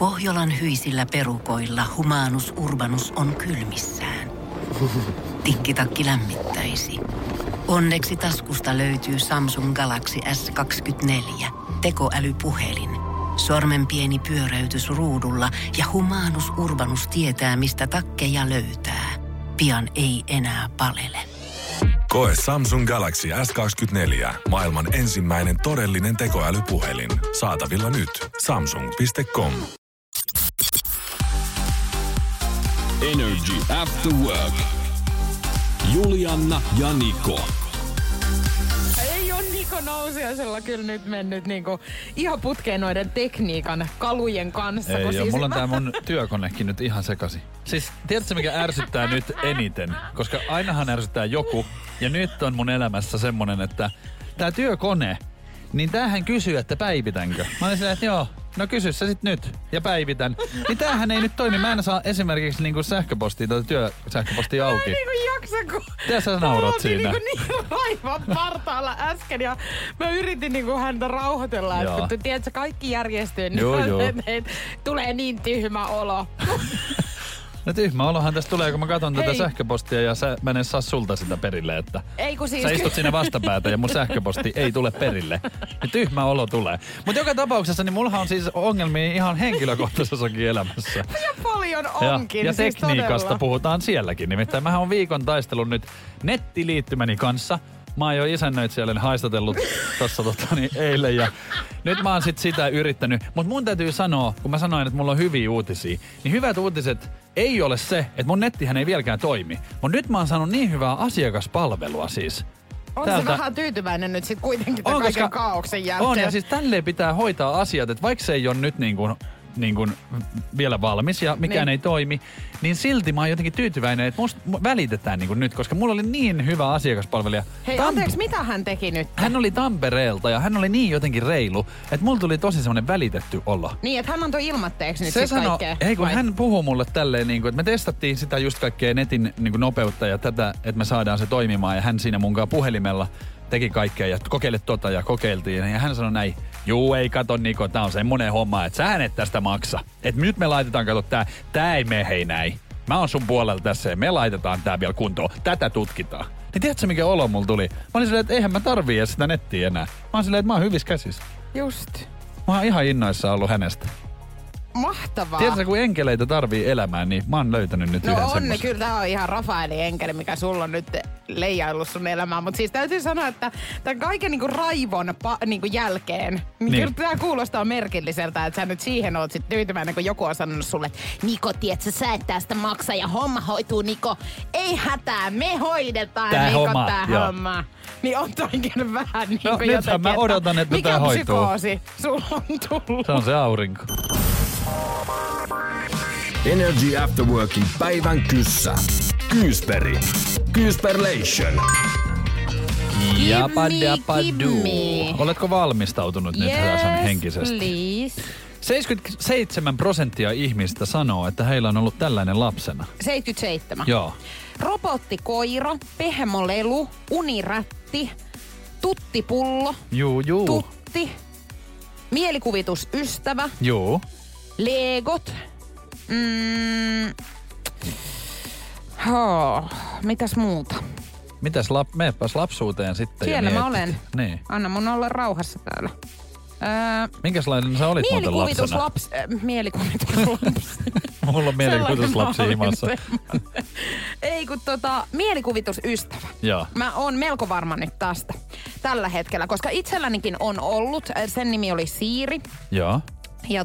Pohjolan hyisillä perukoilla Humanus Urbanus on kylmissään. Tikkitakki lämmittäisi. Onneksi taskusta löytyy Samsung Galaxy S24. Tekoälypuhelin. Sormen pieni pyöräytys ruudulla ja Humanus Urbanus tietää, mistä takkeja löytää. Pian ei enää palele. Koe Samsung Galaxy S24. Maailman ensimmäinen todellinen tekoälypuhelin. Saatavilla nyt. Samsung.com. Energy After Work. Julianna ja Niko. Ei ole Niko Nousiaisella kyllä nyt mennyt niinku ihan putkeen noiden tekniikan kalujen kanssa. Ei kun joo, siis mulla on tää mun työkonekin nyt ihan sekasi. Siis tiedätkö mikä ärsyttää nyt eniten? Koska ainahan ärsyttää joku. Ja nyt on mun elämässä semmonen, että tää työkone, niin tämähän kysyy, että päivitänkö. Mä olin silleen, että joo, no kysy sä sit nyt ja päivitän. Niin tämähän ei nyt toimi. Mä en saa esimerkiksi niinku sähköpostia tai työsähköpostia auki. Mä en niinku jaksa, kun mitä sä naurat siinä? Niin raivan partaalla äsken ja mä yritin niinku häntä rauhoitella. Että kun tiedätkö, kaikki järjestyy, niin tulee niin tyhmä olo. No tyhmä olohan tästä tulee, kun mä katson tätä sähköpostia ja mä en saa sulta sitä perille, että ei, kun siis... sä istut siinä vastapäätä ja mun sähköposti ei tule perille. Ja tyhmä olo tulee. Mutta joka tapauksessa niin mullahan on siis ongelmia ihan henkilökohtaisessakin elämässä. Ja paljon onkin. Ja siis tekniikasta todella puhutaan sielläkin. Nimittäin mähän on viikon taistelun nyt nettiliittymäni kanssa. Mä oon jo isännöitsijälle haistatellut tossa eilen ja nyt mä oon sit sitä yrittänyt. Mut mun täytyy sanoa, kun mä sanoin, että mulla on hyviä uutisia, niin hyvät uutiset ei ole se, että mun nettihän ei vieläkään toimi. Mut nyt mä oon saanut niin hyvää asiakaspalvelua siis. On se vähän tyytyväinen nyt sit kuitenkin tämän kaiken kaaoksen jälkeen. On ja siis tälleen pitää hoitaa asiat, että vaikka se ei ole nyt niin kuin vielä valmis ja mikään ei toimi, niin silti mä oon jotenkin tyytyväinen, että musta välitetään niin kuin nyt, koska mulla oli niin hyvä asiakaspalvelija. Hei, anteeksi, mitä hän teki nyt? Hän oli Tampereelta ja hän oli niin jotenkin reilu, että mulla tuli tosi semmoinen välitetty olo. Niin, että hän antoi ilmatteeksi nyt se sit kaikkea. Ei, kun hän puhuu mulle tälleen, niin kuin, että me testattiin sitä just kaikkea netin niin kuin nopeutta ja tätä, että me saadaan se toimimaan ja hän siinä munkaan puhelimella teki kaikkea ja kokeile tota ja kokeiltiin. Ja hän sanoi näin, juu ei kato Niko, tää on semmonen homma, että sähän et tästä maksa. Että nyt me laitetaan, kato tää ei mene hei näin. Mä oon sun puolella tässä ja me laitetaan tää vielä kuntoon. Tätä tutkitaan. Niin tiedätkö mikä olo mulla tuli? Mä olin silleen, että eihän mä tarvii edes sitä nettiä enää. Mä oon silleen, että mä oon hyvissä käsissä. Just. Mä oon ihan innoissaan ollut hänestä. Mahtavaa. Tiedätkö, kun enkeleitä tarvii elämään, niin mä oon löytänyt nyt yhden semmoisen. No kyllä tää on ihan Rafaelin enkeli, mikä sulla on nyt leijaillut sun elämään. Mutta siis täytyy sanoa, että tämän kaiken niinku raivon niinku jälkeen, niin kyllä tää kuulostaa merkilliseltä, että sä nyt siihen oot sit tyytyväinen, kun joku on sanonut sulle, että Niko, tiedätkö, sä et tästä maksa ja homma hoituu, Niko. Ei hätää, me hoidetaan, tää Niko, tää homma. Niin on toikin vähän niinku no, jotenkin, mä odotan, että tää hoituu. Mikä psykoosi sulla on tullut? Se on se aurinko. Energy After Workin päivän kyssä. Kyysperi. Kyysperlation. Japadapadu. Oletko valmistautunut nyt henkisesti? Please. 77% ihmistä sanoo, että heillä on ollut tällainen lapsena. 77. Joo. Robottikoira, pehmolelu, unirätti, tuttipullo, tutti, mielikuvitusystävä, legot, mitäs muuta? Meepäs lapsuuteen sitten. Siellä mä olen. Niin. Anna mun olla rauhassa täällä. Minkälainen sä olit muuten lapsena? Mielikuvituslapsi. Mulla on mielikuvituslapsi himassa. Ei kun mielikuvitusystävä. Joo. Mä oon melko varma nyt tästä tällä hetkellä, koska itsellänikin on ollut. Sen nimi oli Siiri. Joo. Ja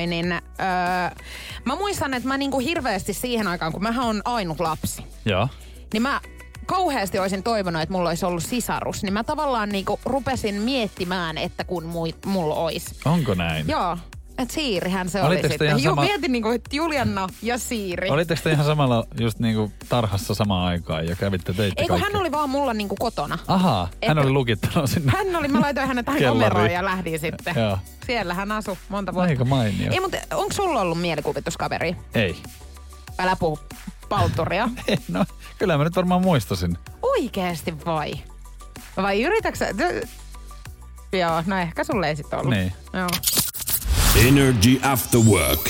mä muistan, että mä niinku hirveästi siihen aikaan, kun mähän on ainut lapsi. Joo. Niin mä kauheasti olisin toivonut, että mulla olisi ollut sisarus. Niin mä tavallaan niinku rupesin miettimään, että kun mulla olisi. Onko näin? Joo. Että Siirihän se oli sitten. Joo, mietin niinku, että Julianna ja Siiri. Olitteko te ihan samalla just niinku tarhassa samaan aikaan ja kävitte teitte kaikkea? Hän oli vaan mulla niinku kotona. Ahaa, hän oli lukittanut sinne. Mä laitoin hänet tähän kameraan ja lähdin sitten. Joo. Siellä hän asui monta vuotta. Aika mainio. Ei, mutta onko sulla ollut mielikuvituskaveri? Ei. Älä puhu palturia. No, kyllä mä nyt varmaan muistasin. Oikeesti vai? Vai yritäksä? Joo, no ehkä sulle ei sit ollut. Niin. Joo. Energy After Work.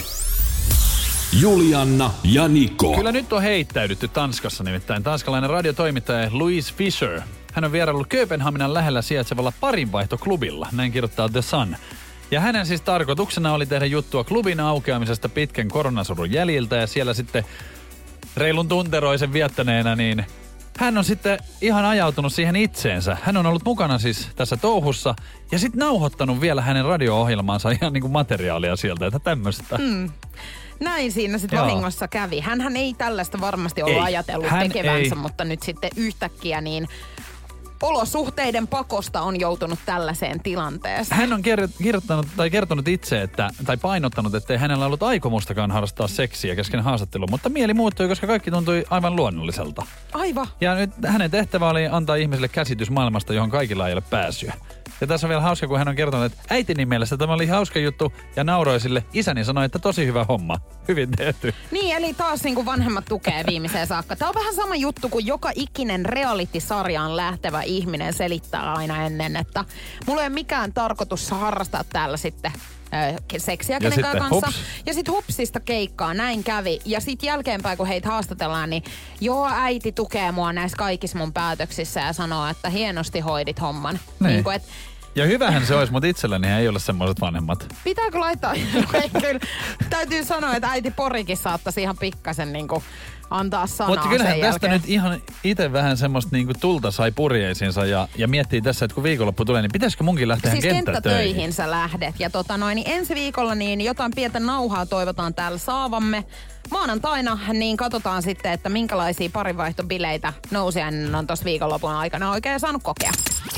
Julianna ja Niko. Kyllä nyt on heittäydytty Tanskassa nimittäin. Tanskalainen radiotoimittaja Louise Fisher. Hän on vieraillut Kööpenhaminan lähellä sijaitsevalla parinvaihtoklubilla, näin kirjoittaa The Sun. Ja hänen siis tarkoituksena oli tehdä juttua klubin aukeamisesta pitkän koronasurun jäljiltä ja siellä sitten reilun tunteroisen viettäneenä, niin hän on sitten ihan ajautunut siihen itseensä. Hän on ollut mukana siis tässä touhussa ja sitten nauhoittanut vielä hänen radio-ohjelmaansa ihan niin kuin materiaalia sieltä, että tämmöistä. Näin siinä sitten vahingossa kävi. Hänhän ei tällaista varmasti ollut ajatellut tekevänsä, mutta nyt sitten yhtäkkiä niin olosuhteiden pakosta on joutunut tällaiseen tilanteeseen. Hän on kertonut itse, tai painottanut, ettei hänellä ollut aikomustakaan harrastaa seksiä kesken haastattelun, mutta mieli muuttui, koska kaikki tuntui aivan luonnolliselta. Aivan. Ja nyt hänen tehtävä oli antaa ihmisille käsitys maailmasta, johon kaikilla ei ole pääsyä. Ja tässä on vielä hauska, kun hän on kertonut, että äitini mielestä tämä oli hauska juttu ja nauroi sille. Isäni sanoi, että tosi hyvä homma. Hyvin tehty. Niin, eli taas niin kuin vanhemmat tukee viimeiseen saakka. Tämä on vähän sama juttu kuin joka ikinen reality-sarjaan lähtevä ihminen selittää aina ennen, että mulla ei ole mikään tarkoitus harrastaa täällä sitten seksiä kenenkään kanssa. Hups. Ja sit hupsista keikkaa, näin kävi. Ja sit jälkeenpäin, kun heitä haastatellaan, niin äiti tukee mua näissä kaikissa mun päätöksissä ja sanoo, että hienosti hoidit homman. Niin kuin, ja hyvähän se olisi, mutta itselläni ei ole semmoiset vanhemmat. Pitääkö laittaa? Kyllä, täytyy sanoa, että äiti Porikin saattaisi ihan pikkasen niinku antaa sanaa. Mutta kyllähän sen tästä jälkeen nyt ihan itse vähän semmoista niinku tulta sai purjeisiinsa ja miettii tässä, että kun viikonloppu tulee, niin pitäisikö munkin lähteä siis kenttätöihin? Sä lähdet. Ja niin ensi viikolla niin jotain pientä nauhaa toivotaan täällä saavamme. Maanantaina niin katsotaan sitten, että minkälaisia parinvaihtobileitä nousiainen on tuossa viikonlopun aikana oikein saanut kokea.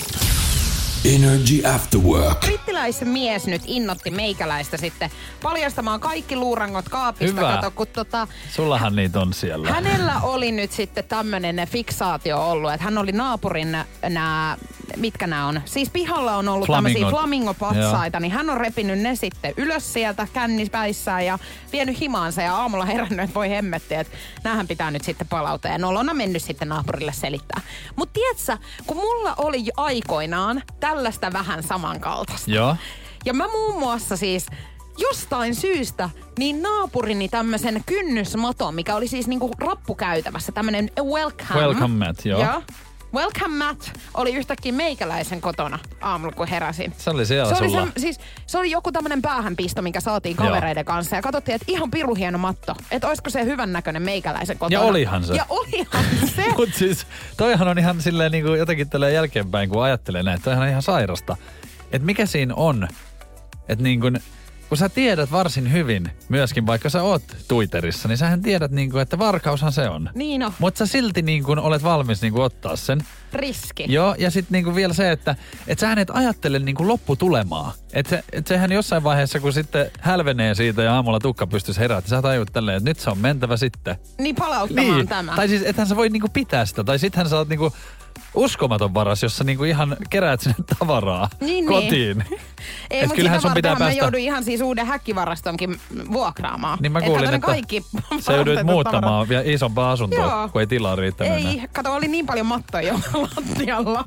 Energy After Work. Brittiläismies nyt innotti meikäläistä sitten paljastamaan kaikki luurangot kaapista. Hyvä. Kato, kun Sullahan niitä on siellä. Hänellä oli nyt sitten tämmönen fiksaatio ollut, että hän oli naapurin mitkä nämä on? Siis pihalla on ollut tämmöisiä flamingopatsaita, niin hän on repinyt ne sitten ylös sieltä kännispäissään ja vienyt himaansa ja aamulla herännyt, että voi hemmetti, että näähän pitää nyt sitten palauttaa. Ja nolona mennyt sitten naapurille selittää. Mutta tiedätkö, kun mulla oli aikoinaan tällaista vähän samankaltaista. Joo. Ja mä muun muassa siis jostain syystä niin naapurini tämmöisen kynnysmaton, mikä oli siis niinku rappukäytävässä, tämmönen welcome mat, joo. Ja welcome mat oli yhtäkkiä meikäläisen kotona aamulla, kun heräsin. Se oli siellä sulla. Se oli joku tämmönen päähänpisto, minkä saatiin kavereiden kanssa. Ja katsottiin, että ihan pirun hieno matto. Että olisiko se hyvän näköinen meikäläisen kotona. Ja olihan se. se. Mut siis toihan on ihan silleen niinku jotenkin tällä jälkeenpäin, kun ajattelee näin, että toihan on ihan sairasta. Että mikä siinä on, että niin kun sä tiedät varsin hyvin, myöskin vaikka sä oot Twitterissä, niin sähän tiedät, että varkaushan se on. Niin on. Mutta sä silti olet valmis ottaa sen. Riski. Joo, ja sitten vielä se, että sähän et ajattele lopputulemaa. Että sehän jossain vaiheessa, kun sitten hälvenee siitä ja aamulla tukka pystyisi herät, sä tajut tälleen, että nyt se on mentävä sitten. Niin palauttamaan tämä. Tai siis ethän sä voi pitää sitä, tai sittenhän sä oot uskomaton varas, jossa ihan keräät sinne tavaraa kotiin. Niin. Ei, mutta sitä vartenhan mä joudun ihan siis uuden häkkivarastonkin vuokraamaan. Niin mä kuulin, että sä joudut muuttamaan vielä isompaa asuntoa, kun ei tilaa riittänyt. Ei, kato, oli niin paljon mattoja jo lattialla.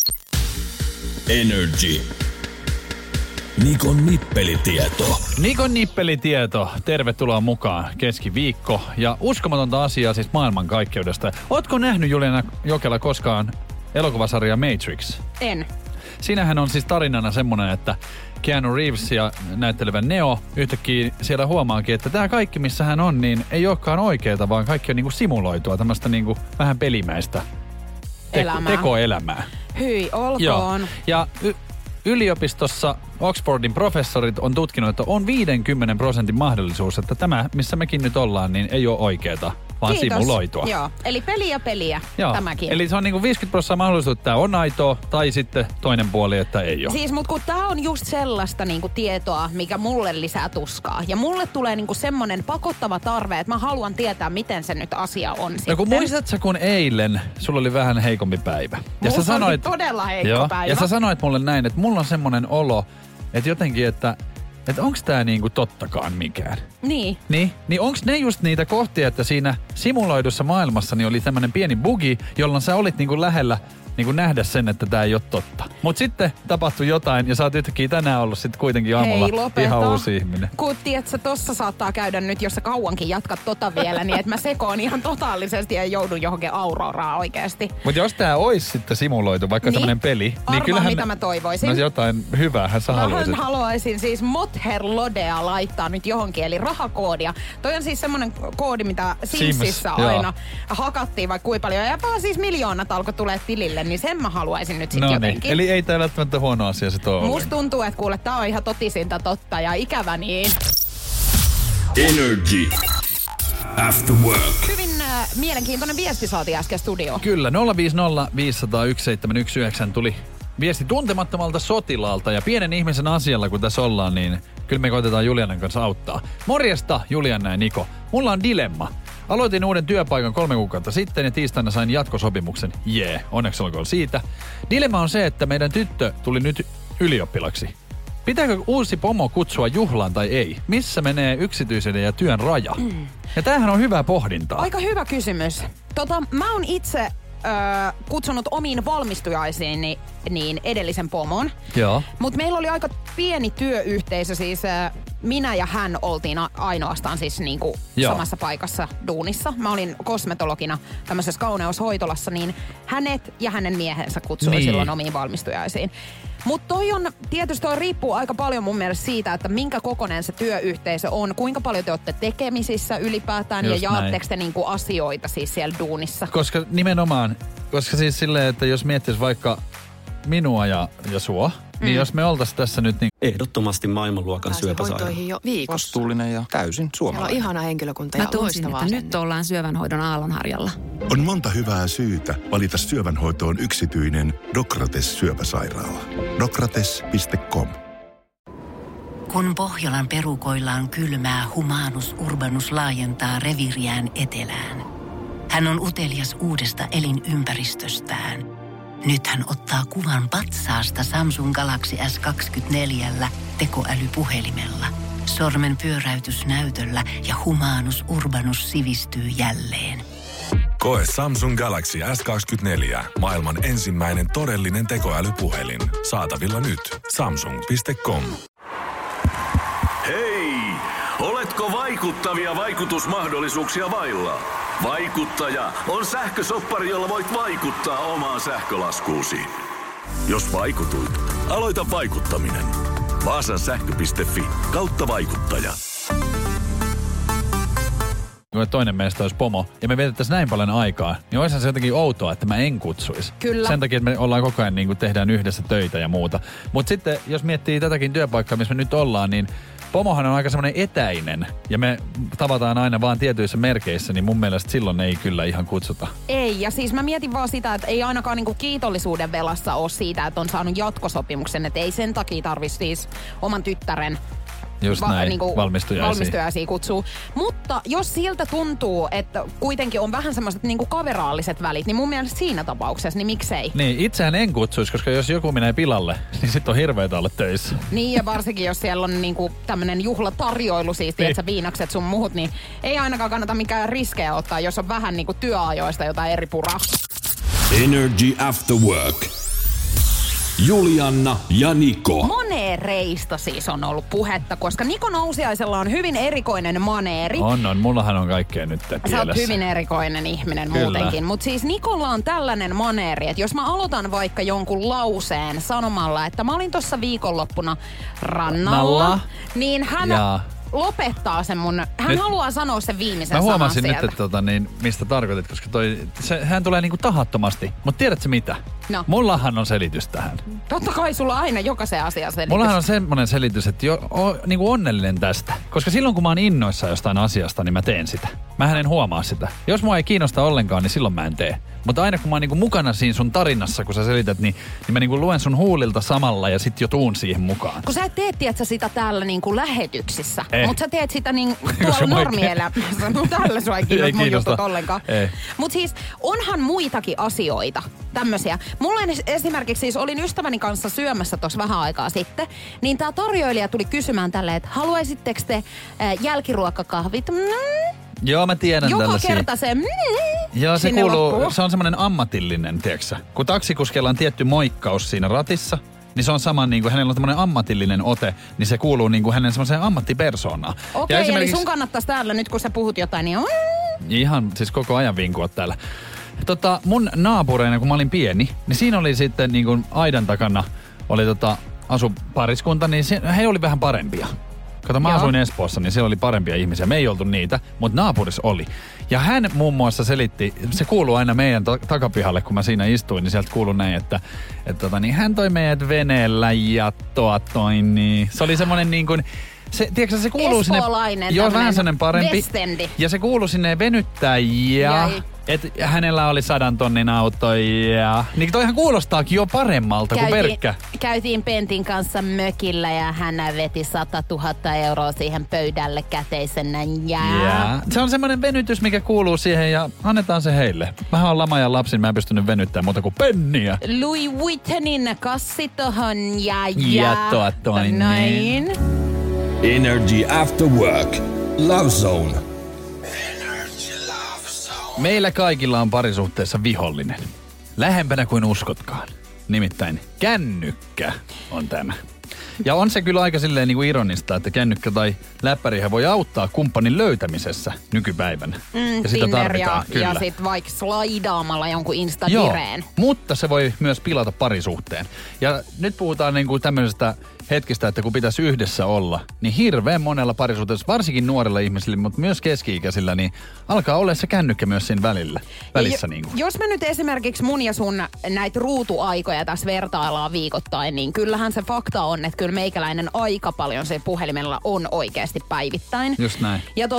Energy. Nikon nippelitieto. Nikon nippelitieto. Tervetuloa mukaan keskiviikko. Ja uskomatonta asiaa siis maailmankaikkeudesta. Ootko nähnyt, Juliana Jokela, koskaan elokuvasarja Matrix? En. Siinähän on siis tarinana semmoinen, että Keanu Reeves ja näyttelevä Neo yhtäkkiä siellä huomaakin, että tämä kaikki, missä hän on, niin ei olekaan oikeeta, vaan kaikki on simuloitua, tämmöistä vähän pelimäistä tekoelämää. Hyi, olkoon. Joo. Ja yliopistossa Oxfordin professorit on tutkinut, että on 50% mahdollisuus, että tämä, missä mekin nyt ollaan, niin ei ole oikeeta, vaan simuloitua. Joo, eli peliä Joo. Tämäkin. Eli se on 50% mahdollisuus, että tämä on aitoa, tai sitten toinen puoli, että ei ole. Siis, mutta kun tämä on just sellaista tietoa, mikä mulle lisää tuskaa. Ja mulle tulee semmoinen pakottava tarve, että mä haluan tietää, miten se nyt asia on sitten. No kun muistatko, kun eilen sulla oli vähän heikompi päivä. Ja sä sanoit, todella heikko päivä. Ja sä sanoit mulle näin, että mulla on semmoinen olo, että jotenkin, että onks tää tottakaan mikään? Niin. Niin onks ne just niitä kohtia, että siinä simuloidussa maailmassa niin oli tämmönen pieni bugi, jolloin sä olit lähellä niin kuin nähdä sen, että tää ei ole totta. Mut sitten tapahtui jotain ja sä oot yhtäkkiä tänään ollut sitten kuitenkin aamulla ihan uusi ihminen. Kun tiedät, sä tossa saattaa käydä nyt, jos sä kauankin jatkat vielä, niin että mä sekoon ihan totaalisesti ja joudun johonkin Auroraan oikeesti. Mut jos tää ois sitten simuloitu, vaikka semmonen peli, niin kyllähän... mitä mä toivoisin. No jotain hyväähän sä haluaisit. Mä haluaisin siis Motherlodea laittaa nyt johonkin, eli rahakoodia. Toi on siis semmonen koodi, mitä Simsissä aina hakattiin vaikka kuinka paljon. Ja vaan siis miljoonat alkoi tulee tilille, niin sen mä haluaisin nyt sit jotenkin. Niin. Eli ei tää välttämättä huono asia sit ole. Musta tuntuu, että kuule, tää on ihan totisinta totta ja ikävä niin. Energy After Work. Hyvin mielenkiintoinen viesti saatiin äsken studioon. Kyllä, 050 501 719 tuli viesti tuntemattomalta sotilaalta ja pienen ihmisen asialla, kun tässä ollaan, niin kyllä me koitetaan Julianan kanssa auttaa. Morjesta, Juliana ja Niko. Mulla on dilemma. Aloitin uuden työpaikan 3 kuukautta sitten ja tiistaina sain jatkosopimuksen. Onneksi olkoon siitä. Dilemma on se, että meidän tyttö tuli nyt ylioppilaksi. Pitääkö uusi pomo kutsua juhlaan tai ei? Missä menee yksityisyyden ja työn raja? Ja tämähän on hyvää pohdintaa. Aika hyvä kysymys. Mä oon itse kutsunut omiin valmistujaisiin niin edellisen pomon. Joo. Mutta meillä oli aika pieni työyhteisö, siis minä ja hän oltiin ainoastaan siis niinku samassa paikassa duunissa. Mä olin kosmetologina tämmöisessä kauneushoitolassa, niin hänet ja hänen miehensä kutsui silloin omiin valmistujaisiin. Mutta tietysti toi riippuu aika paljon mun mielestä siitä, että minkä kokoinen se työyhteisö on, kuinka paljon te olette tekemisissä ylipäätään just ja jaatteko te niinku asioita siis siellä duunissa. Koska nimenomaan, siis silleen, että jos miettis vaikka minua ja sua, niin jos me oltais tässä nyt niin... Ehdottomasti maailmanluokan syöpäsairaala. Jo viikossa. Vastuullinen ja täysin suomalainen. Siellä on ihana henkilökunta ja mä tunsin, että nyt ollaan syövänhoidon aallonharjalla. On monta hyvää syytä valita syövänhoitoon yksityinen Docrates syöpäsairaala. Docrates.com. Kun Pohjolan perukoillaan kylmää, Humanus Urbanus laajentaa reviiriään etelään. Hän on utelias uudesta elinympäristöstään. Nyt hän ottaa kuvan patsaasta Samsung Galaxy S24 tekoälypuhelimella. Sormen pyöräytys näytöllä ja Humanus Urbanus sivistyy jälleen. Koe Samsung Galaxy S24. Maailman ensimmäinen todellinen tekoälypuhelin. Saatavilla nyt. Samsung.com. Hei! Oletko vaikuttavia vaikutusmahdollisuuksia vailla? Vaikuttaja on sähkösoppari, jolla voit vaikuttaa omaan sähkölaskuusi. Jos vaikutuit, aloita vaikuttaminen. Vaasan sähkö.fi/vaikuttaja. Kun toinen meistä olisi pomo ja me vietettäisiin näin paljon aikaa, niin olisihan se jotenkin outoa, että mä en kutsuisi. Kyllä. Sen takia, että me ollaan koko ajan niin kuin tehdään yhdessä töitä ja muuta. Mutta sitten, jos miettii tätäkin työpaikkaa, missä me nyt ollaan, niin pomohan on aika semmoinen etäinen ja me tavataan aina vaan tietyissä merkeissä, niin mun mielestä silloin ei kyllä ihan kutsuta. Ei, ja siis mä mietin vaan sitä, että ei ainakaan niinku kiitollisuuden velassa ole siitä, että on saanut jatkosopimuksen, että ei sen takia tarvitse siis oman tyttären just näin, niinku valmistujaisia kutsuu. Mutta jos siltä tuntuu, että kuitenkin on vähän semmoiset niinku kaveraalliset välit, niin mun mielestä siinä tapauksessa, niin miksei? Niin, itsehän en kutsuisi, koska jos joku menee pilalle, niin sit on hirveetä olla töissä. Niin, ja varsinkin jos siellä on niinku tämmönen juhlatarjoilu, siis tiedätkö, viinakset sun muut, niin ei ainakaan kannata mikään riskejä ottaa, jos on vähän niinku työajoista jotain eri puraa. Energy After Work. Julianna ja Niko. Maneereista siis on ollut puhetta, koska Niko Nousiaisella on hyvin erikoinen maneeri. On. Mullahan on kaikkea nyt pielessä. Sä oot hyvin erikoinen ihminen kyllä muutenkin. Mutta siis Nikolla on tällainen maneeri, että jos mä aloitan vaikka jonkun lauseen sanomalla, että mä olin tuossa viikonloppuna rannalla, niin hän... lopettaa sen hän haluaa sanoa sen viimeisen sanan. Mä huomasin sieltä nyt, että mistä tarkoitit, koska hän tulee niinku tahattomasti. Mutta tiedätkö mitä? No. Mullahan on selitys tähän. Totta kai sulla on aina jokaisen asian selitys. Mullahan on semmoinen selitys, että niinku onnellinen tästä. Koska silloin kun mä oon innoissa jostain asiasta, niin mä teen sitä. Mähän en huomaa sitä. Jos mua ei kiinnosta ollenkaan, niin silloin mä en tee. Mutta aina kun mä oon niinku mukana siinä sun tarinassa, kun sä selität, niin mä niinku luen sun huulilta samalla ja sit jo tuun siihen mukaan. Kun sä et tee, tiedätkö, sitä täällä niinku lähetyksissä. Mutta sä teet sitä tuolla normielämässä. Täällä sua ei kiinnosta mun jutut ollenkaan. Mutta siis onhan muitakin asioita, tämmöisiä. Mulla esimerkiksi siis olin ystäväni kanssa syömässä tuossa vähän aikaa sitten, niin tää tarjoilija tuli kysymään tälleen, että haluaisitteko te jälkiruokakahvit? Joo, mä tiedän joka tällaisia. Kerta se Joo, se sinne kuuluu, loppuun. se on semmoinen ammatillinen, tiedätkö? Kun taksikuskella on tietty moikkaus siinä ratissa, niin se on sama niin kuin hänellä on tämmöinen ammatillinen ote, niin se kuuluu niin kuin hänen semmoiseen ammattipersoonaan. Okei, eli sun kannattaisi täällä nyt, kun sä puhut jotain, niin ihan siis koko ajan vinkua täällä. Mun naapureina, kun mä olin pieni, niin siinä oli sitten niin kuin aidan takana oli asupariskunta, niin he oli vähän parempia. Kato, mä asuin Espoossa, niin siellä oli parempia ihmisiä. Me ei oltu niitä, mutta naapuris oli. Ja hän muun muassa selitti, se kuuluu aina meidän takapihalle, kun mä siinä istuin, niin sieltä kuului näin, että niin hän toi meidät veneellä ja niin. Se oli semmoinen niin kuin, tiedätkö, se kuuluu sinne, joo, vähän sellainen parempi. Westendi. Ja se kuuluu sinne venyttäjiä. Että hänellä oli 100 tonnin auto ja... Niin toihan kuulostaakin jo paremmalta kuin pelkkä. Käytiin Pentin kanssa mökillä ja hän veti 100 000 euroa siihen pöydälle käteisenä. Yeah. Se on semmoinen venytys, mikä kuuluu siihen ja annetaan se heille. Mä oon lama ja lapsin, mä en pystynyt venyttämään muuta kuin penniä. Louis Vuittonin kassi tohon ja noin. Energy After Work. Love Zone. Meillä kaikilla on parisuhteessa vihollinen. Lähempänä kuin uskotkaan. Nimittäin kännykkä on tämä. Ja on se kyllä aika silleen niin kuin ironista, että kännykkä tai läppärihän voi auttaa kumppanin löytämisessä nykypäivänä. Ja sitä tarvitaan, kyllä. Ja sit vaikka slaidaamalla jonkun Insta-direen. Mutta se voi myös pilata parisuhteen. Ja nyt puhutaan niin kuin tämmöisestä hetkistä, että kun pitäisi yhdessä olla, niin hirveän monella parisuhteessa, varsinkin nuorilla ihmisillä, mutta myös keski-ikäisillä, niin alkaa olla se kännykkä myös siinä välissä. Niin kuin. Jos me nyt esimerkiksi mun ja sun näitä ruutuaikoja tässä vertaillaan viikoittain, niin kyllähän se fakta on, että kyllä meikäläinen aika paljon se puhelimella on oikeasti päivittäin. Just näin. Ja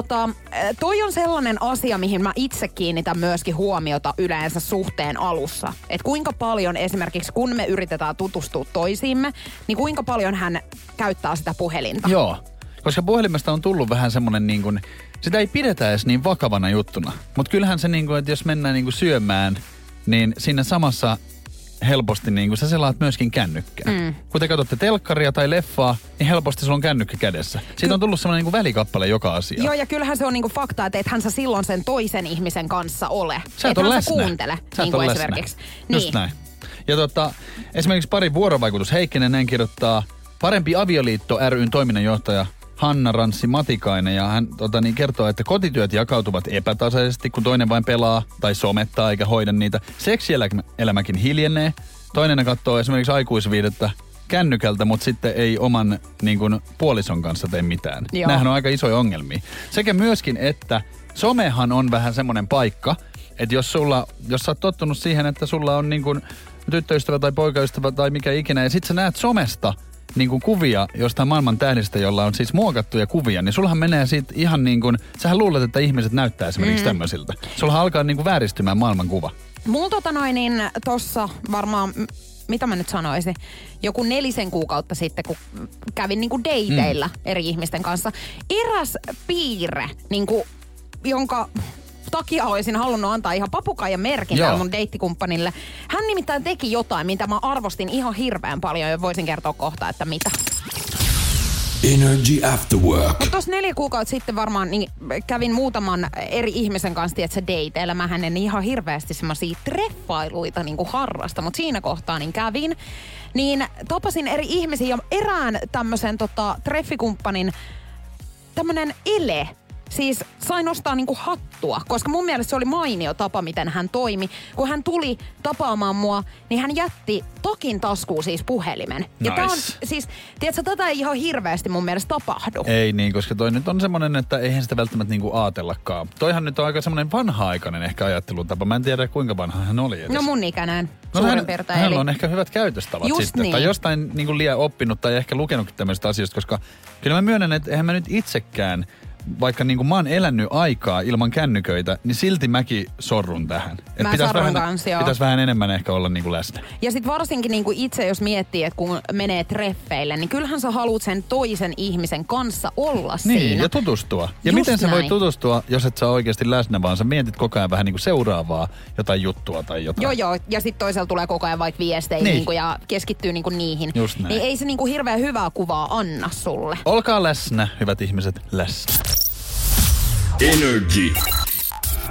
toi on sellainen asia, mihin mä itse kiinnitän myöskin huomiota yleensä suhteen alussa. Että kuinka paljon esimerkiksi, kun me yritetään tutustua toisiimme, niin kuinka paljon hän käyttää sitä puhelinta. Joo, koska puhelimesta on tullut vähän semmoinen niin kuin, sitä ei pidetä edes niin vakavana juttuna. Mutta kyllähän se niin kuin, että jos mennään niin kuin syömään, niin siinä samassa helposti niin kuin sä selaat myöskin kännykkää. Kun te katsotte telkkaria tai leffaa, niin helposti sulla on kännykkä kädessä. Siitä on tullut semmoinen niin kuin välikappale joka asia. Joo, ja kyllähän se on niin kuin fakta, että ethän sä silloin sen toisen ihmisen kanssa ole. Sä et ole läsnä. Sä kuuntele, sä niin kuin esimerkiksi. Just niin. näin. Ja esimerkiksi pari vuorovaikutus Heikkinen näin kirjoittaa Parempi avioliitto ryn toiminnanjohtaja Hanna Ranssi Matikainen. Ja hän kertoo, että kotityöt jakautuvat epätasaisesti, kun toinen vain pelaa tai somettaa eikä hoida niitä. Seksielämäkin hiljenee. Toinen katsoo esimerkiksi aikuisviidettä kännykältä, mutta sitten ei oman niin kuin, puolison kanssa tee mitään. Nämähän on aika isoja ongelmia. Sekä myöskin, että somehan on vähän semmoinen paikka, että jos sä oot tottunut siihen, että sulla on niin kuin tyttöystävä tai poikaystävä tai mikä ikinä, ja sit sä näet somesta niin kuin kuvia jostain maailman tähdistä, jolla on siis muokattuja kuvia, niin sullahan menee siitä ihan niin kuin, sähän luulet, että ihmiset näyttää esimerkiksi tämmöisiltä. Sullahan alkaa niin kuin vääristymään maailmankuva. Mulla niin tossa varmaan, mitä mä nyt sanoisin, joku 4 kuukautta sitten, kun kävin niin kuin dateilla eri ihmisten kanssa. Eräs piirre, niin kuin, jonka takia olisin halunnut antaa ihan papukaijan merkin tälle mun deittikumppanille. Hän nimittäin teki jotain, mitä mä arvostin ihan hirveän paljon ja voisin kertoa kohta, että mitä. Energy After Work. Mutta tuossa 4 kuukautta sitten varmaan niin kävin muutaman eri ihmisen kanssa, tietsä, dateilla. Mähän en ihan hirveästi semmosia treffailuita niin kuin harrasta, mutta siinä kohtaa niin kävin. Niin tapasin eri ihmisiä ja erään tämmöisen treffikumppanin tämmönen ele. Siis sain nostaa niinku hattua, koska mun mielestä se oli mainio tapa, miten hän toimi. Kun hän tuli tapaamaan mua, niin hän jätti takin taskuun siis puhelimen. Nice. Ja tää on siis, tiedätkö, tätä ei ihan hirveästi mun mielestä tapahdu. Ei niin, koska toi nyt on semmonen, että eihän sitä välttämättä niinku aatellakaan. Toihan nyt on aika semmonen vanha-aikainen ehkä ajattelutapa. Mä en tiedä, kuinka vanha hän oli edes. No mun ikäinen. Suurin piirtein. Hänellä on ehkä hyvät käytöstavat just sitten. Niin. Tai jostain niinku liian oppinut tai ehkä lukenutkin tämmöisistä asioista, koska kyllä mä myönnän, että eihän mä nyt itsekään, vaikka niin kuin mä oon elänyt aikaa ilman kännyköitä, niin silti mäkin sorrun tähän. Mä sorrun kanssa, joo. Pitäisi vähän enemmän ehkä olla niin kuin läsnä. Ja sit varsinkin niin kuin itse, jos miettii, että kun menee treffeille, niin kyllähän sä haluut sen toisen ihmisen kanssa olla niin, siinä. Ja tutustua. Ja just miten sä voit näin. Tutustua, jos et sä oikeasti läsnä, vaan sä mietit koko ajan vähän niin kuin seuraavaa jotain juttua tai jotain. Joo, ja sit toisella tulee koko ajan vaikka viestejä niin. Niin kuin, ja keskittyy niin kuin niihin. Just näin. Niin ei se niin kuin hirveän hyvää kuvaa anna sulle. Olkaa läsnä, hyvät ihmiset, läsnä. Energy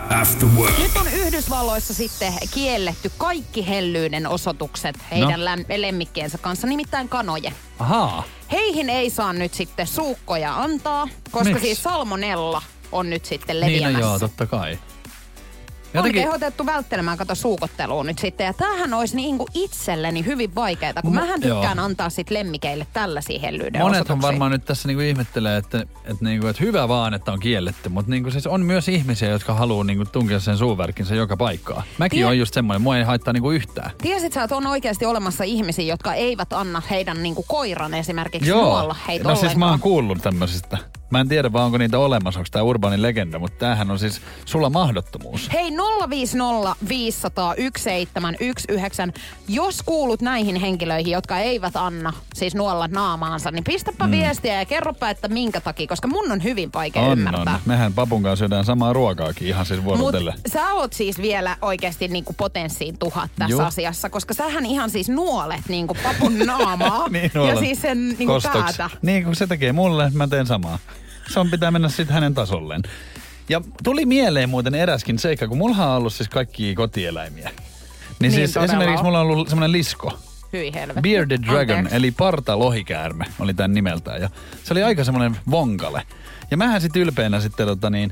After Work. Nyt on Yhdysvalloissa sitten kielletty kaikki hellyyden osoitukset heidän lemmikkiensä kanssa, nimittäin kanoje. Ahaa. Heihin ei saa nyt sitten suukkoja antaa, koska siis salmonella on nyt sitten leviämässä. Niin, no joo, totta kai. On kehotettu välttelemään suukottelua nyt sitten. Ja tämähän olisi niinku itselleni hyvin vaikeaa, kun mähän tykkään antaa sit lemmikeille tällaisia hellyyden Monethan osoituksia. varmaan nyt tässä niinku ihmettelee, että hyvä vaan, että on kielletty. Mutta niinku siis on myös ihmisiä, jotka haluaa niinku tunkea sen suuvärkinsä joka paikkaan. Mäkin on just semmoinen, mua ei haittaa niinku yhtään. Tiesit sä, että on oikeasti olemassa ihmisiä, jotka eivät anna heidän niinku koiran esimerkiksi nuolla heitä ollenkaan? Siis mä oon kuullut tämmöisistä. Mä en tiedä vaan, onko niitä olemassa, onko tää urbaani legenda, mutta tämähän on siis sulla mahdottomuus. Hei, 050 500 1719. Jos kuulut näihin henkilöihin, jotka eivät anna siis nuolla naamaansa, niin pistäpä viestiä ja kerropa, että minkä takia, koska mun on hyvin vaikea ymmärtää. On. Mehän papun kanssa syödään samaa ruokaakin ihan siis vuorotelle. Mut sä oot siis vielä oikeasti niinku potenssiin 1000 tässä asiassa, koska sähän ihan siis nuolet niinku papun naamaa niin, ja siis sen niinku päätä. Niin, kun se tekee mulle, mä teen samaa. Se on pitää mennä sitten hänen tasolleen. Ja tuli mieleen muuten eräskin seikka, kun mulla on ollut siis kaikki kotieläimiä. Niin siis esimerkiksi mulla on ollut semmoinen lisko. Hyi helvetti. Bearded Dragon, eli partalohikäärme oli tämän nimeltään. Ja se oli aika semmoinen vonkale. Ja mähän sitten ylpeänä sitten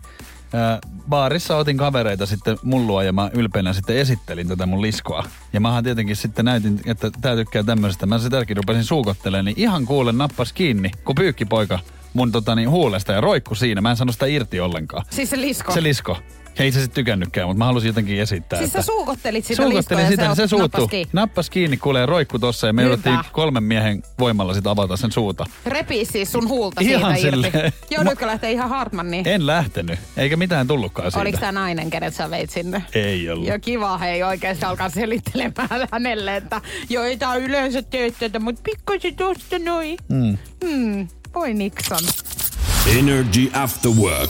baarissa otin kavereita sitten mullua ja mä ylpeänä sitten esittelin tätä mun liskoa. Ja mähän tietenkin sitten näytin, että tää tykkää tämmöisestä. Mä sitäkin rupesin suukottelemaan, niin ihan kuulen nappas kiinni, kun pyykkipoika mun huulesta ja roikku siinä. Mä en sano sitä irti ollenkaan. Siis se lisko? Se lisko. Ei se sitten tykännytkään, mutta mä halusin jotenkin esittää. Siis sä suukottelit sitä liskoa ja se suuttuu. Nappas kiinni, kuulee roikku tossa ja me jouduttiin 3 miehen voimalla sit avata sen suuta. Repii siis sun huulta ihan siitä silleen. irti. Joudutko lähteä ihan Hartmanniin? En lähtenyt, eikä mitään tullutkaan siitä. Oliko tää nainen, kenet sä veit sinne? Ei ollut. Ja kiva hei oikeesti alkaa selittelemään hänelle, että joo ei tää yleensä tee tätä, mut pikkasen tosta noin. Voi Nixon. Energy After Work.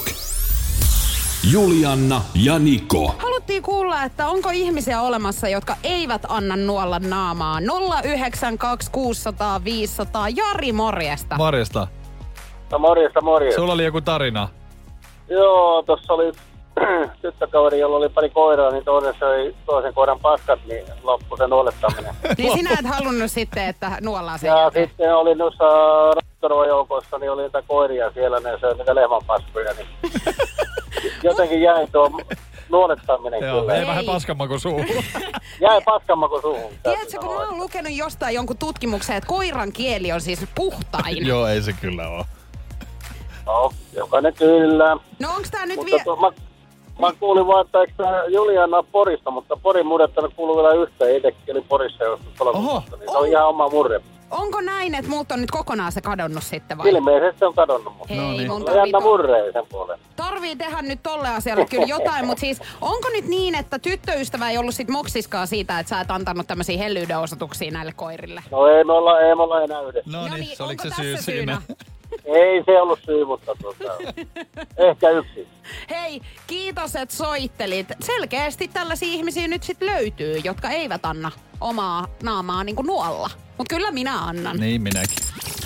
Julianna ja Niko. Haluttiin kuulla, että onko ihmisiä olemassa, jotka eivät anna nuolla naamaa. 092 600 500. Jari, morjesta. Morjesta. No morjesta. Sulla oli joku tarina. Joo, tossa oli tyttökaveri, jolla oli pari koiraa, niin toinen söi toisen koiran paskat, niin loppui sen nuolettaminen. Niin sinä et halunnut sitten, että nuollaan sen ja jälkeen. sitten oli noissa raptorojoukossa, niin oli niitä koiria siellä, ne söi niitä lehmänpaskoja, niin jotenkin jäi tuo nuolettaminen kyllä. Ei vähän paskanmaku suuhun. Jäi paskanmaku suuhun. Tiedätkö, kun mä oon lukenut jostain jonkun tutkimuksen, että koiran kieli on siis puhtain. Joo, ei se kyllä ole. No, jokainen kyllä. No onks tää nyt Mä kuulin vaan, että eikö Juliana Porista, mutta Porin murretta kuuluu vielä yhteen. Itsekin oli Porissa joskus 3 vuotta, niin se on ihan oma murre. Onko näin, että multa on nyt kokonaan se kadonnut sitten vai? Ilmeisesti se on kadonnut. Hei, no niin. Mun jännä murreen sen puolen. Tarvii tehdä nyt tolle asialle kyllä jotain, mutta siis onko nyt niin, että tyttöystävä ei ollut sit moksiskaan siitä, että sä et antanut tämmöisiä hellyyden osoituksia näille koirille? No ei me olla enää yhdessä. No niin, se oliko se syy siinä? Ei se ollut syy, mutta ehkä yksi. Hei, kiitos, että soittelit. Selkeästi tällaisia ihmisiä nyt sit löytyy, jotka eivät anna omaa naamaa niinku nuolla. Mut kyllä minä annan. Niin minäkin.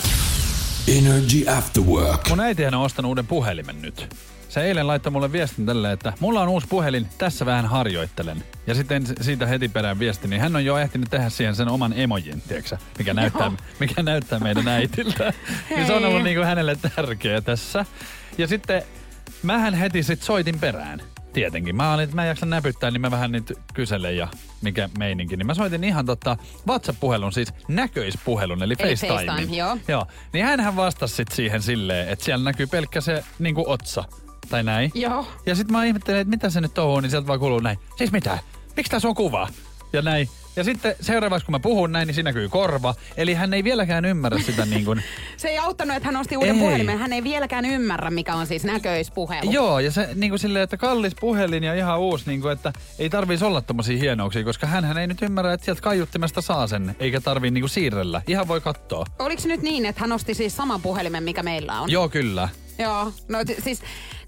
Energy After Work. Mun äitihän on ostanut uuden puhelimen nyt. Se eilen laittoi mulle viestin tälleen, että mulla on uusi puhelin, tässä vähän harjoittelen. Ja sitten siitä heti perään viesti, niin hän on jo ehtinyt tehdä siihen sen oman emojin, tiiäksä, mikä näyttää meidän äitiltä. Niin se on ollut niinku hänelle tärkeä tässä. Ja sitten mähän heti sit soitin perään. Tietenkin. Mä olin, että mä en jaksa näpyttää, niin mä vähän nyt kyselen ja mikä meininki. Niin mä soitin ihan WhatsApp-puhelun, siis näköispuhelun, eli FaceTime. Joo. Niin hänhän vastasi sit siihen silleen, että siellä näkyy pelkkä se niinku otsa. Tai näin. Joo. Ja sit mä ihmettelin, että mitä se nyt touhuu, niin sieltä vaan kuuluu näin. Siis mitä? Miksi tässä on kuva? Ja näin. Ja sitten seuraavaksi, kun mä puhun näin, niin siinä näkyy korva. Eli hän ei vieläkään ymmärrä sitä niin kuin... Se ei auttanut, että hän osti uuden puhelimen. Hän ei vieläkään ymmärrä, mikä on siis näköispuhelu. Joo, ja se niin kuin silleen, että kallis puhelin ja ihan uusi, niin kuin, että ei tarvitsisi olla tommosia hienouksia, koska hän ei nyt ymmärrä, että sieltä kaiuttimesta saa sen, eikä tarvii niin kuin siirrellä. Ihan voi katsoa. Oliko nyt niin, että hän osti siis saman puhelimen, mikä meillä on? Joo, kyllä. Joo, no siis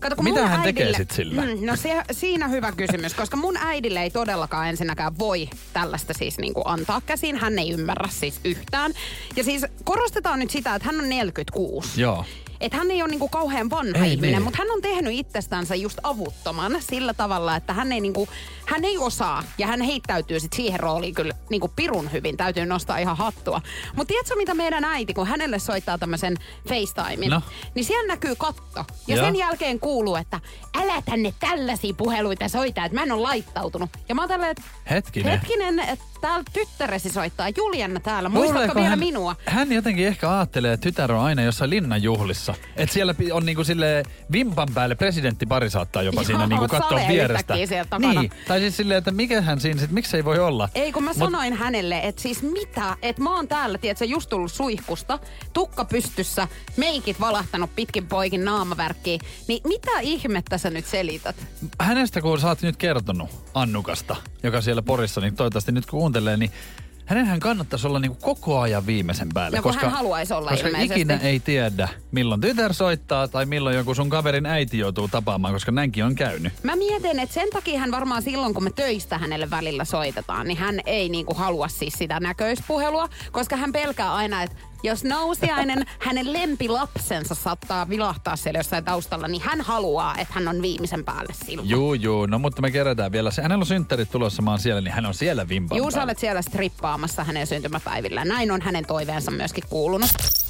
Kato, kun mitä mun hän tekee sit sillä? No siinä hyvä kysymys, koska mun äidille ei todellakaan ensinnäkään voi tällaista siis niinku antaa käsiin. Hän ei ymmärrä siis yhtään. Ja siis korostetaan nyt sitä, että hän on 46. Joo. Että hän ei ole niinku kauhean vanha ihminen, mutta hän on tehnyt itsestänsä just avuttoman sillä tavalla, että hän ei osaa ja hän heittäytyy sit siihen rooliin kyllä niinku pirun hyvin. Täytyy nostaa ihan hattua. Mutta tiedätkö mitä meidän äiti, kun hänelle soittaa tämmöisen FaceTimein, niin siellä näkyy katto. Ja sen jälkeen kuuluu, että älä tänne tällaisia puheluita soita, että mä en ole laittautunut. Ja mä oon tälleen, että hetkinen, että täällä tyttäresi soittaa, Julianna täällä. Muistatko vielä minua? Hän jotenkin ehkä ajattelee, että tytär on aina jossain linnanjuhlissa. Että siellä on niinku silleen vimpan päälle presidenttipari saattaa jopa siinä niinku katsoa vierestä. Niin, tai siis silleen, että mikähän siinä sit, miksi ei voi olla? Ei, kun mä sanoin hänelle, että siis mitä, että mä oon täällä, tiedätkö, just tullut suihkusta, tukka pystyssä, meikit valahtanut pitkin poikin naamavärkkiin, niin mitä ihmettä sä nyt selität? Hänestä kun sä oot nyt kertonut Annukasta, joka siellä Porissa, niin toivottavasti nyt kun kuuntelee, niin hänenhän kannattaisi olla niinku koko ajan viimeisen päälle. No, koska hän haluaisi olla koska ilmeisesti. Ikinä ei tiedä, milloin tytär soittaa tai milloin joku sun kaverin äiti joutuu tapaamaan, koska näinkin on käynyt. Mä mietin, että sen takia hän varmaan silloin, kun me töistä hänelle välillä soitetaan, niin hän ei niinku halua siis sitä näköispuhelua, koska hän pelkää aina, että jos nousiainen hänen lempilapsensa saattaa vilahtaa siellä jossain taustalla, niin hän haluaa, että hän on viimeisen päälle silloin. Juu, no mutta me kerätään vielä se. Hänellä on synttärit tulossa, mä oon siellä, niin hän on siellä vimpan päällä. Sä olet siellä strippaamassa hänen syntymäpäivillään. Näin on hänen toiveensa myöskin kuulunut.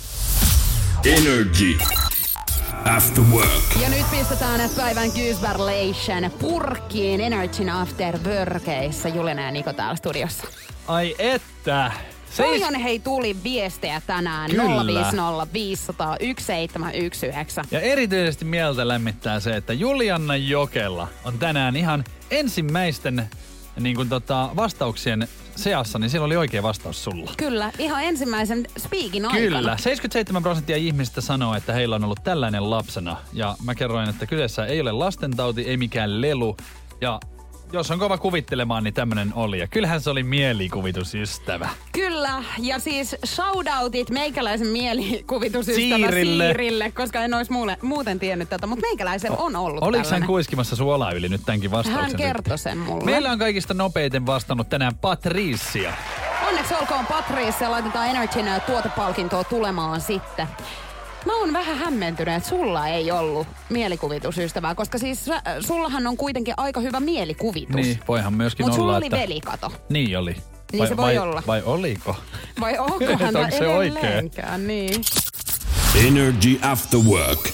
Energy After Work. Ja nyt pistetään päivän Kyysberlation purkkiin Energyn After Workissa. Juliana ja Niko täällä studiossa. Ai että... Paljon hei tuli viestejä tänään. Kyllä. 050 500 1719. Ja erityisesti mieltä lämmittää se, että Julianna Jokela on tänään ihan ensimmäisten niin kuin vastauksien seassa, niin siellä oli oikea vastaus sulla. Kyllä, ihan ensimmäisen speakin aikana. Kyllä, 77% ihmistä sanoo, että heillä on ollut tällainen lapsena. Ja mä kerroin, että kyseessä ei ole lastentauti, ei mikään lelu. Ja jos on kova kuvittelemaan, niin tämmönen oli. Ja kyllähän se oli mielikuvitusystävä. Kyllä, ja siis shoutoutit meikäläisen mielikuvitusystävä Siirille, koska en olisi muuten tiennyt tätä, mutta meikäläisen on ollut Oliko tällainen. hän kuiskimassa suolaa yli nyt tämänkin vastauksen? Hän kertoi sen mulle. Meillä on kaikista nopeiten vastannut tänään Patricia. Onneksi olkoon Patricia, laitetaan Energyn tuotepalkintoa tulemaan sitten. Mä oon vähän hämmentynyt, että sulla ei ollut mielikuvitusystävää, koska siis sullahan on kuitenkin aika hyvä mielikuvitus. Niin, voihan myöskin olla, sulla oli että... velikato. Niin oli. Niin se voi olla. Vai oliko? Vai onko hän edelleenkään, niin. Energy After Work.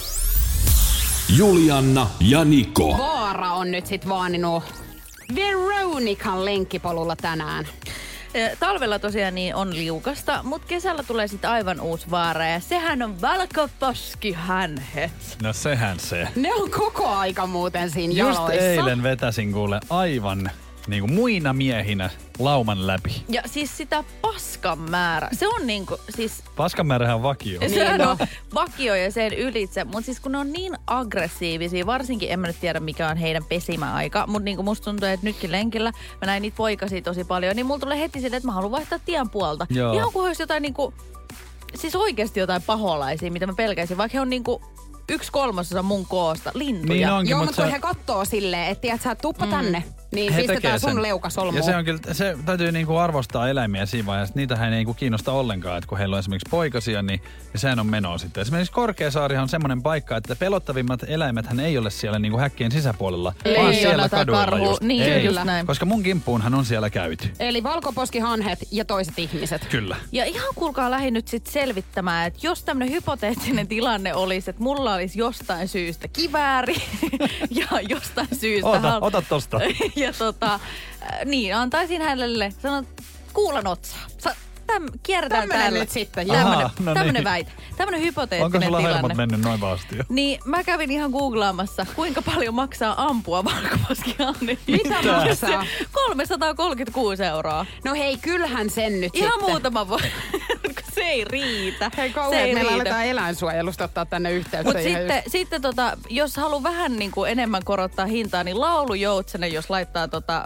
Julianna ja Niko. Vaara on nyt sit vaaninut Veronikan lenkkipolulla tänään. Talvella tosiaan niin on liukasta, mutta kesällä tulee sitten aivan uusi vaara ja sehän on valkoposkihanhet. No sehän se. Ne on koko aika muuten siinä just jaloissa. Eilen vetäsin kuule aivan niinku muina miehinä lauman läpi. Ja siis sitä paskan määrä, se on niinku siis... Paskan määrähän on vakio. Sehän on vakio ja sen ylitse, mutta siis kun ne on niin aggressiivisia, varsinkin en mä nyt tiedä mikä on heidän pesimäaika, mutta niinku musta tuntuu, että nytkin lenkillä mä näin niitä poikasia tosi paljon, niin mulla tulee heti silleen, että mä haluan vaihtaa tien puolta. Joo. Ihan kuin olisi jotain niinku, siis oikeasti jotain paholaisia, mitä mä pelkäisin, vaikka he on niinku 1/3 mun koosta, lintuja. Niin onkin, joo, mutta kun he kattoo silleen, että tiedät sä, tuppa tänne, niin he pistetään sun leukasolmuun. Ja se on kyllä, se täytyy niinku arvostaa eläimiä siinä vaiheessa. Niitähän ei niinku kiinnosta ollenkaan, että kun heillä on esimerkiksi poikasia, niin sehän on menoa sitten. Esimerkiksi Korkeasaarihan on semmoinen paikka, että pelottavimmat eläimethän ei ole siellä niinku häkkien sisäpuolella, vaan siellä kaduilla just. Niin, ei, just näin. Koska mun kimppuunhan on siellä käyty. Eli valkoposkihanhet ja toiset ihmiset. Kyllä. Ja ihan kuulkaa lähdin nyt sitten selvittämään, että jos tämmöinen hypoteettinen tilanne olisi, että mulla olisi jostain syystä kivääri ja jostain syystä... Ota tosta. Ja niin, antaisin hänelle, sanon, kuulan otsaa. Kierretään täällä. Nyt sitten. Tämmönen väite. Tämmönen hypoteettinen tilanne. Onko sulla hermot mennyt noin vasti jo? Niin, mä kävin ihan googlaamassa, kuinka paljon maksaa ampua valkoposkihannet. Mitä maksaa? 336 €. No hei, kyllähän sen nyt ihan sitten. muutama voi. Se ei riitä. Hei kauhean, meillä aletaan eläinsuojelusta ottaa tänne yhteyttä. Mutta sitten jos haluaa vähän niin kuin enemmän korottaa hintaa, niin laulujoutsenen, jos laittaa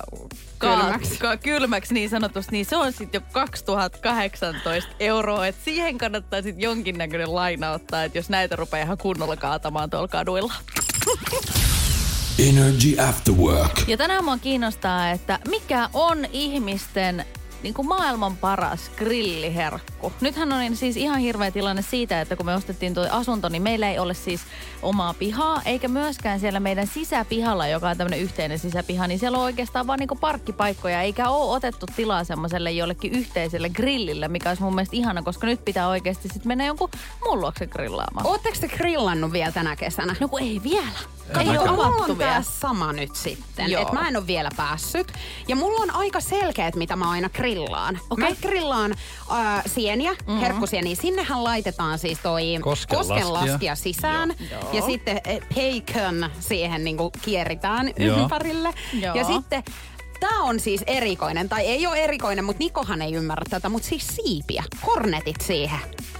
kylmäksi niin sanotusti, niin se on sitten jo 2018 €. Et siihen kannattaa sitten jonkinnäköinen laina ottaa, että jos näitä rupeaa ihan kunnolla kaatamaan tuolla kaduilla. Energy After Work. Ja tänään mua kiinnostaa, että mikä on ihmisten niin kuin maailman paras grilliherkku. Nythän on siis ihan hirveä tilanne siitä, että kun me ostettiin tuo asunto, niin meillä ei ole siis omaa pihaa, eikä myöskään siellä meidän sisäpihalla, joka on tämmöinen yhteinen sisäpiha, niin siellä on oikeastaan vaan niin kuin parkkipaikkoja, eikä ole otettu tilaa semmoiselle jollekin yhteiselle grillille, mikä olisi mun mielestä ihana, koska nyt pitää oikeasti sitten mennä jonkun muun luokse grillaamaan. Ootteko te grillannut vielä tänä kesänä? No kun ei vielä. Ei ole avattu vielä. Tää sama nyt sitten, että mä en ole vielä päässyt. Ja mulla on aika selkeät, mitä mä aina grillaan. Okay. Mä grillaan sieniä, herkkusieniä. Sinnehän laitetaan siis toi koskenlastia sisään. Joo. Ja sitten bacon siihen niinku kieritään ympärille. Joo. Ja sitten tää on siis erikoinen, tai ei ole erikoinen, mutta Nikohan ei ymmärrä tätä, mutta siis siipiä, kornetit siihen.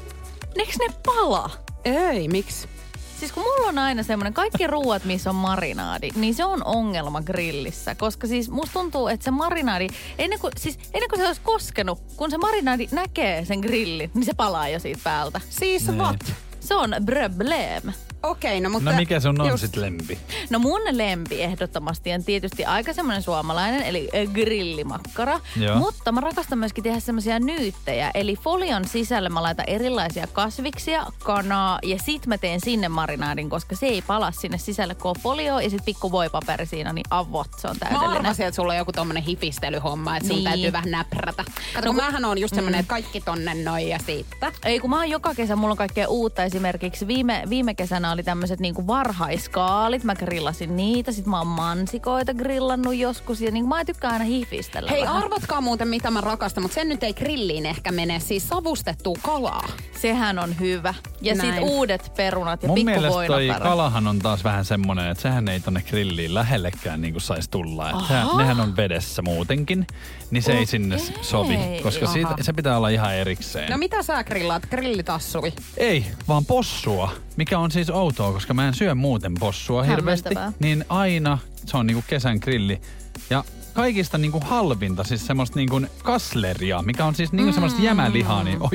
Eiks ne pala? Ei, miksi? Siis kun mulla on aina semmoinen, kaikki ruuat, missä on marinaadi, niin se on ongelma grillissä. Koska siis musta tuntuu, että se marinaadi, ennen kuin se olisi koskenut, kun se marinaadi näkee sen grillin, niin se palaa jo siitä päältä. Siis what? Se on problem. Okei, no mutta... No mikä sun on sit lempi? No mun lempi ehdottomasti on tietysti aika semmoinen suomalainen, eli grillimakkara. Joo. Mutta mä rakastan myöskin tehdä semmoisia nyyttejä. Eli folion sisälle mä laitan erilaisia kasviksia, kanaa ja sit mä teen sinne marinaadin, koska se ei pala sinne sisälle, kun on folio ja sit pikku voipaperi siinä, niin avot, se on täydellinen. Mä arvasin, että sulla on joku tommonen hifistelyhomma, että sun täytyy vähän näprätä. Kato, kun mähän on just semmonen, että kaikki tonne noin ja siitä. Ei, kun mä oon joka kesä, mulla on kaikkea uutta. Esimerkiksi viime kesänä oli tämmöiset niinku varhaiskaalit. Mä grillasin niitä. Sitten mä oon mansikoita grillannut joskus. Ja niin mä tykkään aina hifistellä. Hei, vähän. Arvatkaa muuten mitä mä rakastan, mutta sen nyt ei grilliin ehkä mene. Siis savustettua kalaa. Sehän on hyvä. Ja sit uudet perunat ja mun pikkuvoinot. Mun mielestä toi kalahan on taas vähän semmonen, että sehän ei tonne grilliin lähellekään niinku sais tulla. Nehän on vedessä muutenkin. Niin se ei sinne sovi. Koska se pitää olla ihan erikseen. No mitä sä grillaat? Grillitassui? Ei, vaan possua. Mikä on siis outoa, koska mä en syö muuten possua hirveästi. Niin aina se on niinku kesän grilli. Ja kaikista niinku halvinta, siis semmoista niinku kasleria, mikä on siis niinku semmoista jämälihaa, niin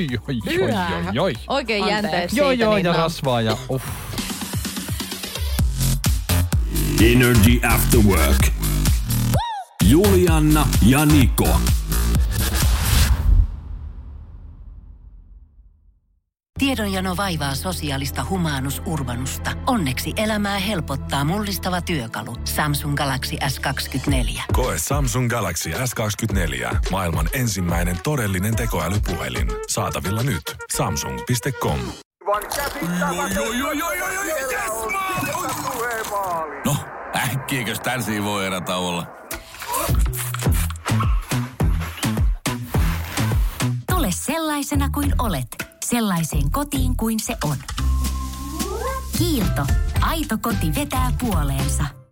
oi. Oikein jänteet siitä. Joo, niin ja rasvaa ja Energy After Work. Julianna ja Niko. Tiedonjano vaivaa sosiaalista humanus urbanusta. Onneksi elämää helpottaa mullistava työkalu. Samsung Galaxy S24. Koe Samsung Galaxy S24. Maailman ensimmäinen todellinen tekoälypuhelin. Saatavilla nyt. Samsung.com. No, äkkiäkös tän voi erätauolla? Tule sellaisena kuin olet. Sellaiseen kotiin kuin se on. Kiilto. Aito koti vetää puoleensa.